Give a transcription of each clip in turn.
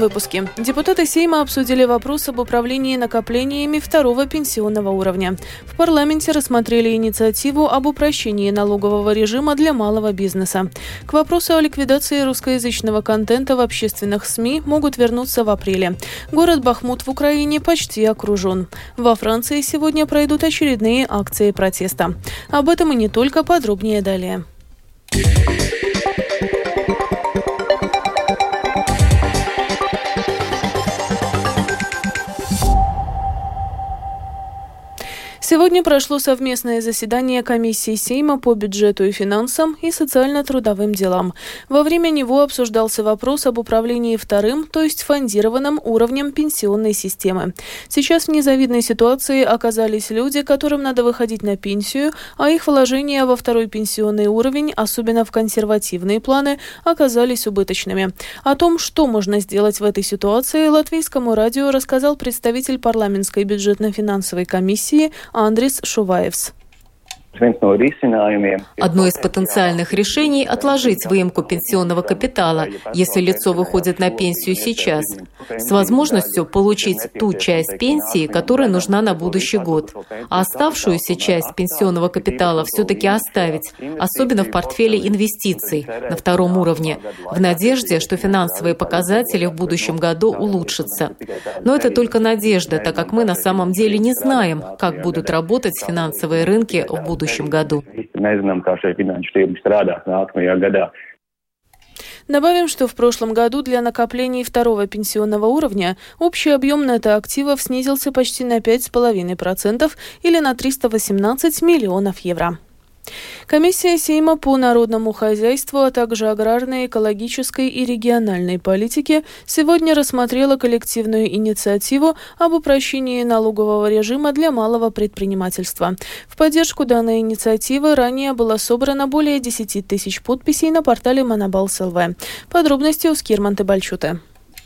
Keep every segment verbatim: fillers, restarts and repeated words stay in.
выпуске. Депутаты Сейма обсудили вопрос об управлении накоплениями второго пенсионного уровня. В парламенте рассмотрели инициативу об упрощении налогового режима для малого бизнеса. К вопросу о ликвидации русскоязычного контента в общественных СМИ могут вернуться в апреле. Город Бахмут в Украине почти окружен. Во Франции сегодня пройдут очередные акции протеста. Об этом и не только, подробнее далее. Сегодня прошло совместное заседание комиссии Сейма по бюджету и финансам и социально-трудовым делам. Во время него обсуждался вопрос об управлении вторым, то есть фондированным уровнем пенсионной системы. Сейчас в незавидной ситуации оказались люди, которым надо выходить на пенсию, а их вложения во второй пенсионный уровень, особенно в консервативные планы, оказались убыточными. О том, что можно сделать в этой ситуации, Латвийскому радио рассказал представитель парламентской бюджетно-финансовой комиссии Андрис Шуваевс. Одно из потенциальных решений – отложить выемку пенсионного капитала, если лицо выходит на пенсию сейчас, с возможностью получить ту часть пенсии, которая нужна на будущий год, а оставшуюся часть пенсионного капитала все-таки оставить, особенно в портфеле инвестиций на втором уровне, в надежде, что финансовые показатели в будущем году улучшатся. Но это только надежда, так как мы на самом деле не знаем, как будут работать финансовые рынки в будущем. В будущем году. Добавим, что в прошлом году для накоплений второго пенсионного уровня общий объем нетто-активов снизился почти на пять целых пять десятых процента или на триста восемнадцать миллионов евро. Комиссия Сейма по народному хозяйству, а также аграрной, экологической и региональной политике сегодня рассмотрела коллективную инициативу об упрощении налогового режима для малого предпринимательства. В поддержку данной инициативы ранее было собрано более десять тысяч подписей на портале Монобалс точка эл ви. Подробности у Скирманты Бальчуте.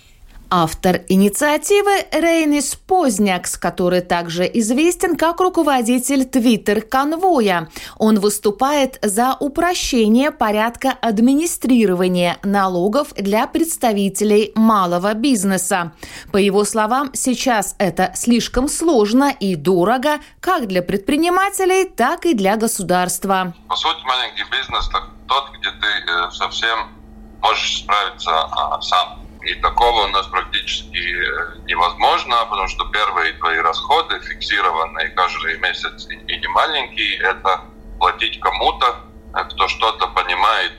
Автор инициативы Рейнис Познякс, который также известен как руководитель Твиттер-конвоя. Он выступает за упрощение порядка администрирования налогов для представителей малого бизнеса. По его словам, сейчас это слишком сложно и дорого как для предпринимателей, так и для государства. По сути, маленький бизнес – тот, где ты э, совсем можешь справиться э, сам. И такого у нас практически невозможно, потому что первые твои расходы фиксированные каждый месяц и не маленькие, это платить кому-то, кто что-то понимает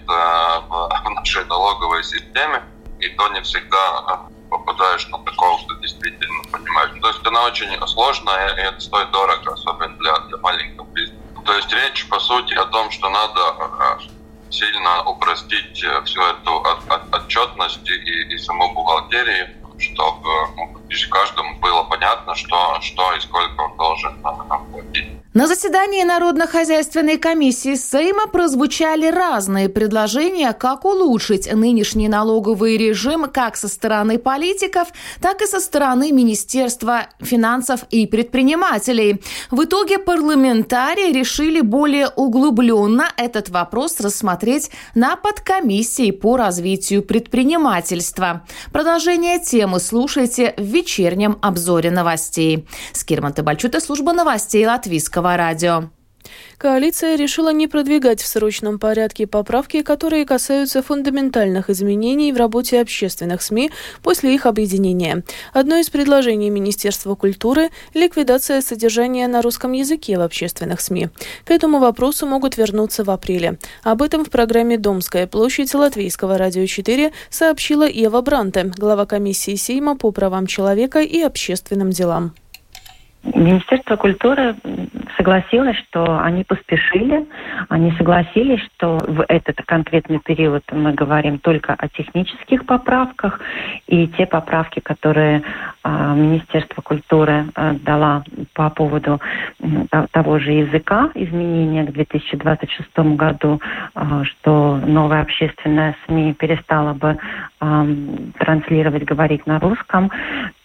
в нашей налоговой системе, и то не всегда попадаешь на такого, что действительно понимаешь. То есть она очень сложная, и это стоит дорого, особенно для, для маленького бизнеса. То есть речь, по сути, о том, что надо сильно упростить всю эту отчетность и, и саму бухгалтерию, чтобы каждому было понятно, что, что и сколько он должен платить. На заседании Народно-хозяйственной комиссии Сейма прозвучали разные предложения, как улучшить нынешний налоговый режим как со стороны политиков, так и со стороны Министерства финансов и предпринимателей. В итоге парламентарии решили более углубленно этот вопрос рассмотреть на подкомиссии по развитию предпринимательства. Продолжение темы слушайте в вечернем обзоре новостей. Скирманты Бальчуте, служба новостей Латвийского радио. Коалиция решила не продвигать в срочном порядке поправки, которые касаются фундаментальных изменений в работе общественных СМИ после их объединения. Одно из предложений Министерства культуры – ликвидация содержания на русском языке в общественных СМИ. К этому вопросу могут вернуться в апреле. Об этом в программе «Домская площадь» Латвийского радио четыре сообщила Ева Бранте, глава комиссии Сейма по правам человека и общественным делам. Министерство культуры согласилось, что они поспешили, они согласились, что в этот конкретный период мы говорим только о технических поправках, и те поправки, которые э, Министерство культуры э, дала по поводу э, того же языка, изменения к две тысячи двадцать шестому году, э, что новая общественная СМИ перестала бы э, транслировать, говорить на русском,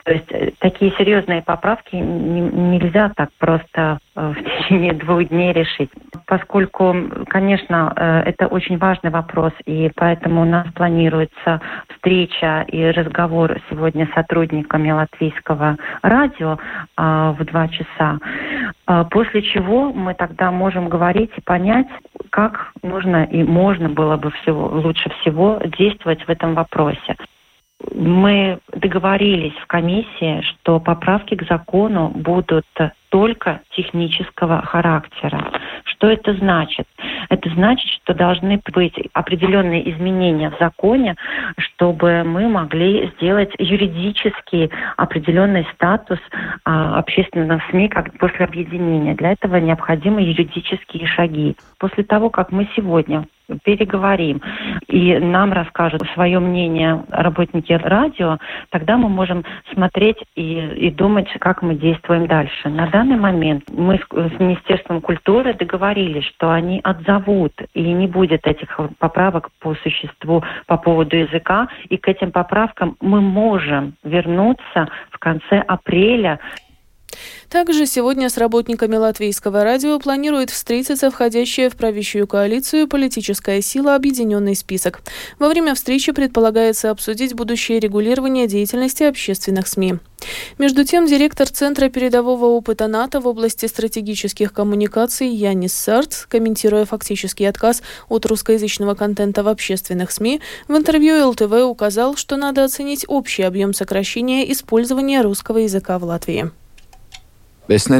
То есть такие серьезные поправки нельзя так просто в течение двух дней решить. Поскольку, конечно, это очень важный вопрос, и поэтому у нас планируется встреча и разговор сегодня с сотрудниками Латвийского радио в два часа, после чего мы тогда можем говорить и понять, как нужно и можно было бы всего, лучше всего действовать в этом вопросе. Мы договорились в комиссии, что поправки к закону будут только технического характера. Что это значит? Это значит, что должны быть определенные изменения в законе, чтобы мы могли сделать юридически определенный статус а, общественных СМИ как после объединения. Для этого необходимы юридические шаги. После того, как мы сегодня переговорим и нам расскажут свое мнение работники радио, тогда мы можем смотреть и, и думать, как мы действуем дальше. На данный момент мы с, с Министерством культуры договорились, что они отзовут, и не будет этих поправок по существу по поводу языка, и к этим поправкам мы можем вернуться в конце апреля. Также сегодня с работниками Латвийского радио планирует встретиться входящая в правящую коалицию политическая сила «Объединенный список». Во время встречи предполагается обсудить будущее регулирование деятельности общественных СМИ. Между тем, директор Центра передового опыта НАТО в области стратегических коммуникаций Янис Сарц, комментируя фактический отказ от русскоязычного контента в общественных СМИ, в интервью эл тэ вэ указал, что надо оценить общий объем сокращения использования русского языка в Латвии. Я не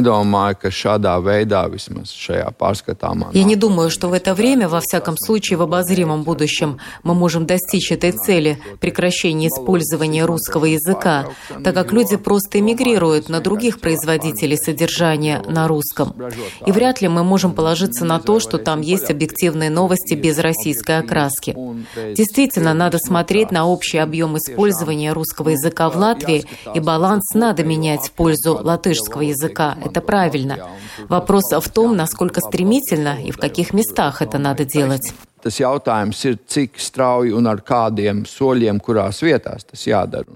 думаю, что в это время, во всяком случае в обозримом будущем, мы можем достичь этой цели – прекращения использования русского языка, так как люди просто эмигрируют на других производителей содержания на русском. И вряд ли мы можем положиться на то, что там есть объективные новости без российской окраски. Действительно, надо смотреть на общий объем использования русского языка в Латвии, и баланс надо менять в пользу латышского языка. Это правильно. Вопрос в том, насколько стремительно и в каких местах это надо делать. Tas jautājums ir, cik strauji un ar kādiem soļiem, kurās vietās tas jādara.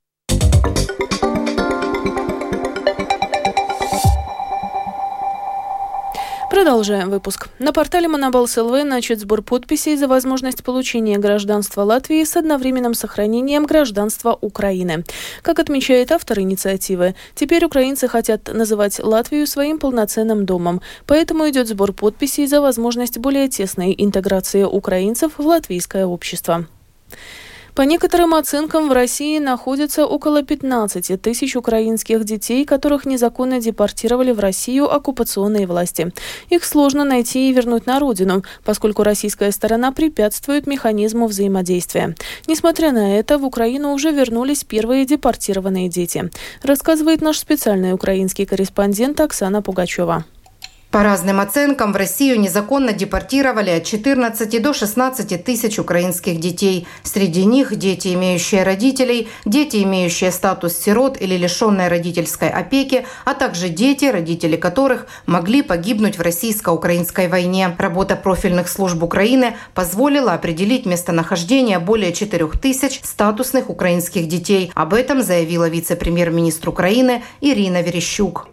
Продолжаем выпуск. На портале Монобалс точка эл ви начат сбор подписей за возможность получения гражданства Латвии с одновременным сохранением гражданства Украины. Как отмечает автор инициативы, теперь украинцы хотят называть Латвию своим полноценным домом, поэтому идет сбор подписей за возможность более тесной интеграции украинцев в латвийское общество. По некоторым оценкам, в России находится около пятнадцать тысяч украинских детей, которых незаконно депортировали в Россию оккупационные власти. Их сложно найти и вернуть на родину, поскольку российская сторона препятствует механизму взаимодействия. Несмотря на это, в Украину уже вернулись первые депортированные дети, рассказывает наш специальный украинский корреспондент Оксана Пугачева. По разным оценкам, в Россию незаконно депортировали от четырнадцати до шестнадцати тысяч украинских детей. Среди них дети, имеющие родителей, дети, имеющие статус сирот или лишенные родительской опеки, а также дети, родители которых могли погибнуть в российско-украинской войне. Работа профильных служб Украины позволила определить местонахождение более четырёх тысяч статусных украинских детей. Об этом заявила вице-премьер-министр Украины Ирина Верещук.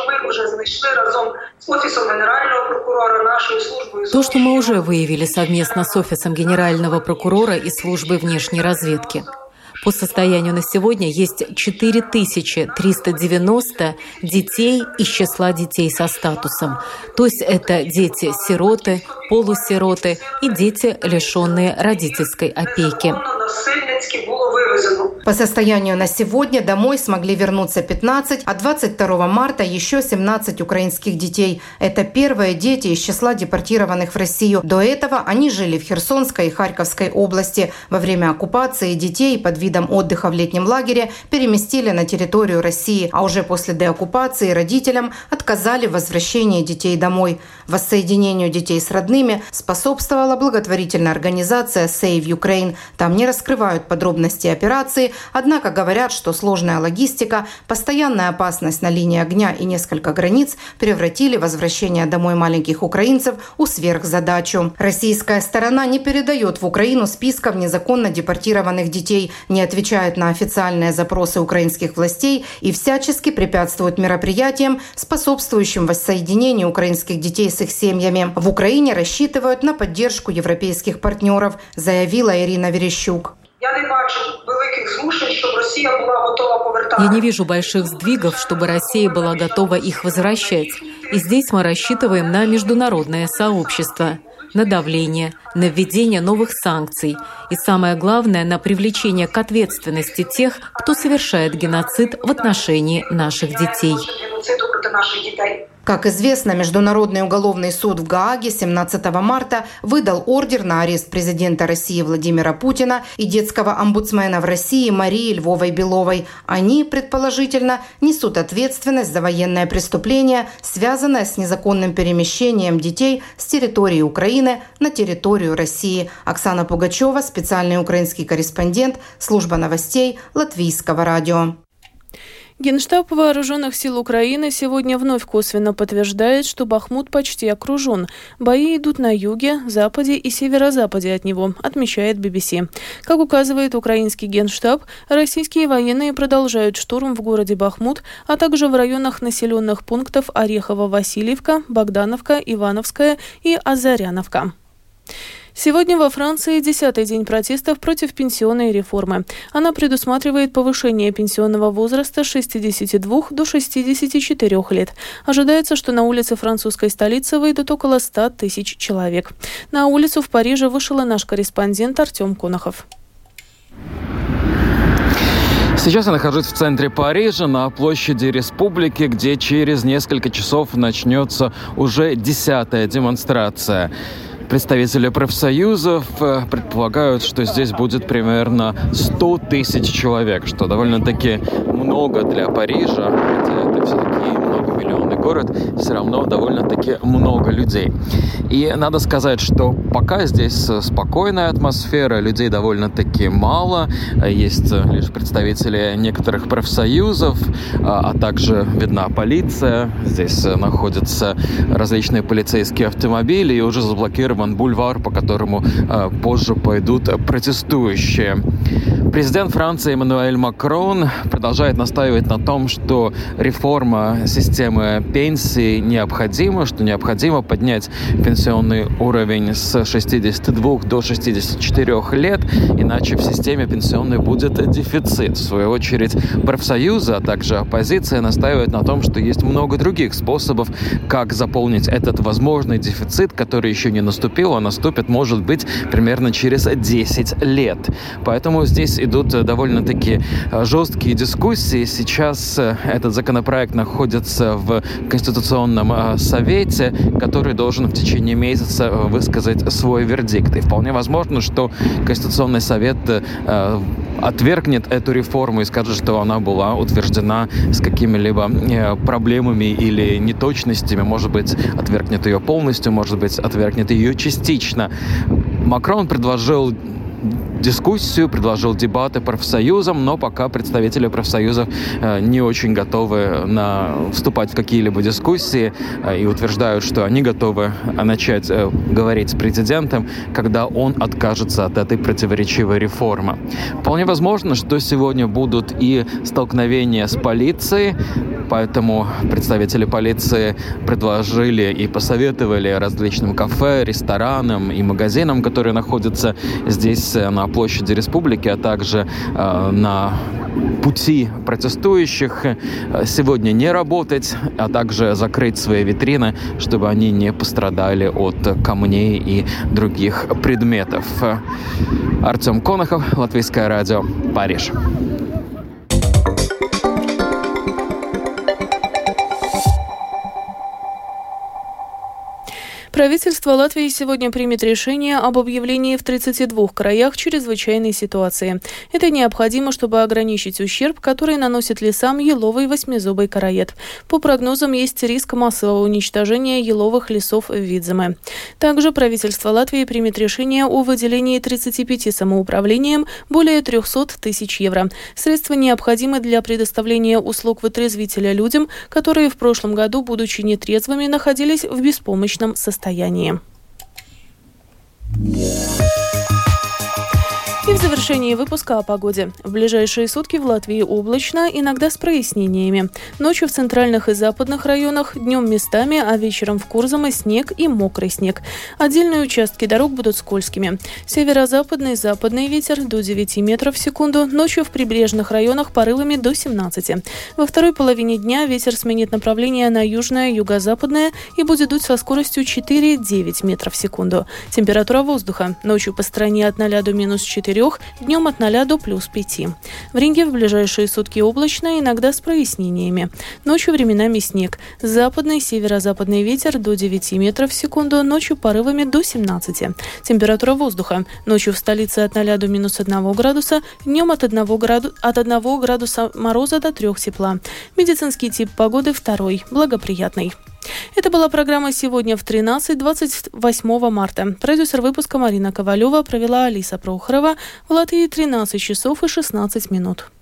То, что мы уже выявили совместно с Офисом Генерального прокурора и Службой внешней разведки. По состоянию на сегодня есть четыре тысячи триста девяносто детей из числа детей со статусом. То есть это дети-сироты, полусироты и дети, лишенные родительской опеки. По состоянию на сегодня домой смогли вернуться пятнадцать, а двадцать второго марта еще семнадцать украинских детей. Это первые дети из числа депортированных в Россию. До этого они жили в Херсонской и Харьковской области. Во время оккупации детей под видом отдыха в летнем лагере переместили на территорию России, а уже после деоккупации родителям отказали в возвращении детей домой. Воссоединению детей с родными способствовала благотворительная организация Save Ukraine. Там не раскрывают подробности операции, России, однако говорят, что сложная логистика, постоянная опасность на линии огня и несколько границ превратили возвращение домой маленьких украинцев у сверхзадачу. Российская сторона не передает в Украину списков незаконно депортированных детей, не отвечает на официальные запросы украинских властей и всячески препятствует мероприятиям, способствующим воссоединению украинских детей с их семьями. В Украине рассчитывают на поддержку европейских партнеров, заявила Ирина Верещук. Я не вижу больших сдвигов, чтобы Россия была готова их возвращать. И здесь мы рассчитываем на международное сообщество, на давление, на введение новых санкций и, самое главное, на привлечение к ответственности тех, кто совершает геноцид в отношении наших детей. Как известно, Международный уголовный суд в Гааге семнадцатого марта выдал ордер на арест президента России Владимира Путина и детского омбудсмена в России Марии Львовой-Беловой. Они, предположительно, несут ответственность за военное преступление, связанное с незаконным перемещением детей с территории Украины на территорию России. Оксана Пугачева, специальный украинский корреспондент, служба новостей Латвийского радио. Генштаб Вооруженных сил Украины сегодня вновь косвенно подтверждает, что Бахмут почти окружен. Бои идут на юге, западе и северо-западе от него, отмечает би би си. Как указывает украинский Генштаб, российские военные продолжают штурм в городе Бахмут, а также в районах населенных пунктов Орехово-Васильевка, Богдановка, Ивановская и Азаряновка. Сегодня во Франции десятый день протестов против пенсионной реформы. Она предусматривает повышение пенсионного возраста с шестидесяти двух до шестидесяти четырёх лет. Ожидается, что на улицы французской столицы выйдут около ста тысяч человек. На улицу в Париже вышел и наш корреспондент Артем Конохов. Сейчас я нахожусь в центре Парижа, на площади Республики, где через несколько часов начнется уже десятая демонстрация. Представители профсоюзов предполагают, что здесь будет примерно сто тысяч человек, что довольно-таки много для Парижа, хотя это все-таки многомиллионный город, все равно довольно-таки много людей. И надо сказать, что пока здесь спокойная атмосфера, людей довольно-таки мало, есть лишь представители некоторых профсоюзов, а также видна полиция, здесь находятся различные полицейские автомобили и уже заблокирован бульвар, по которому э, позже пойдут протестующие. Президент Франции Эммануэль Макрон продолжает настаивать на том, что реформа системы пенсий необходима, что необходимо поднять пенсионный уровень с шестидесяти двух до шестидесяти четырёх лет, иначе в системе пенсионной будет дефицит. В свою очередь, профсоюзы, а также оппозиция настаивают на том, что есть много других способов, как заполнить этот возможный дефицит, который еще не наступил, а наступит, может быть, примерно через десять лет. Поэтому здесь идут довольно-таки жесткие дискуссии. Сейчас этот законопроект находится в Конституционном совете, который должен в течение месяца высказать свой вердикт. И вполне возможно, что Конституционный совет отвергнет эту реформу и скажет, что она была утверждена с какими-либо проблемами или неточностями. Может быть, отвергнет ее полностью, может быть, отвергнет ее частично. Макрон предложил дискуссию, предложил дебаты профсоюзам, но пока представители профсоюзов э, не очень готовы на, вступать в какие-либо дискуссии э, и утверждают, что они готовы начать э, говорить с президентом, когда он откажется от этой противоречивой реформы. Вполне возможно, что сегодня будут и столкновения с полицией, поэтому представители полиции предложили и посоветовали различным кафе, ресторанам и магазинам, которые находятся здесь на площади Республики, а также э, на пути протестующих, сегодня не работать, а также закрыть свои витрины, чтобы они не пострадали от камней и других предметов. Артем Конохов, Латвийское радио, Париж. Правительство Латвии сегодня примет решение об объявлении в тридцати двух краях чрезвычайной ситуации. Это необходимо, чтобы ограничить ущерб, который наносит лесам еловый восьмизубый короед. По прогнозам, есть риск массового уничтожения еловых лесов в Видземе. Также правительство Латвии примет решение о выделении тридцати пяти самоуправлениям более трехсот тысяч евро. Средства необходимы для предоставления услуг вытрезвителя людям, которые в прошлом году, будучи нетрезвыми, находились в беспомощном состоянии. И в завершении выпуска о погоде. В ближайшие сутки в Латвии облачно, иногда с прояснениями. Ночью в центральных и западных районах, днем местами, а вечером в Курзаме снег и мокрый снег. Отдельные участки дорог будут скользкими. Северо-западный, западный ветер до девяти метров в секунду. Ночью в прибрежных районах порывами до семнадцати. Во второй половине дня ветер сменит направление на южное, юго-западное и будет дуть со скоростью четыре-девять метров в секунду. Температура воздуха. Ночью по стране от ноля до минус четырех, днем от ноля до плюс пяти. В Риге в ближайшие сутки облачно, иногда с прояснениями. Ночью временами снег. Западный, северо-западный ветер до девяти метров в секунду, ночью порывами до семнадцати. Температура воздуха. Ночью в столице от ноля до минус одного градуса, днем от одного, граду... от одного градуса мороза до трех тепла. Медицинский тип погоды второй, благоприятный. Это была программа «Сегодня в тринадцать», двадцать восьмого марта. Продюсер выпуска Марина Ковалева, провела Алиса Прохорова. В Латвии тринадцать часов и шестнадцать минут.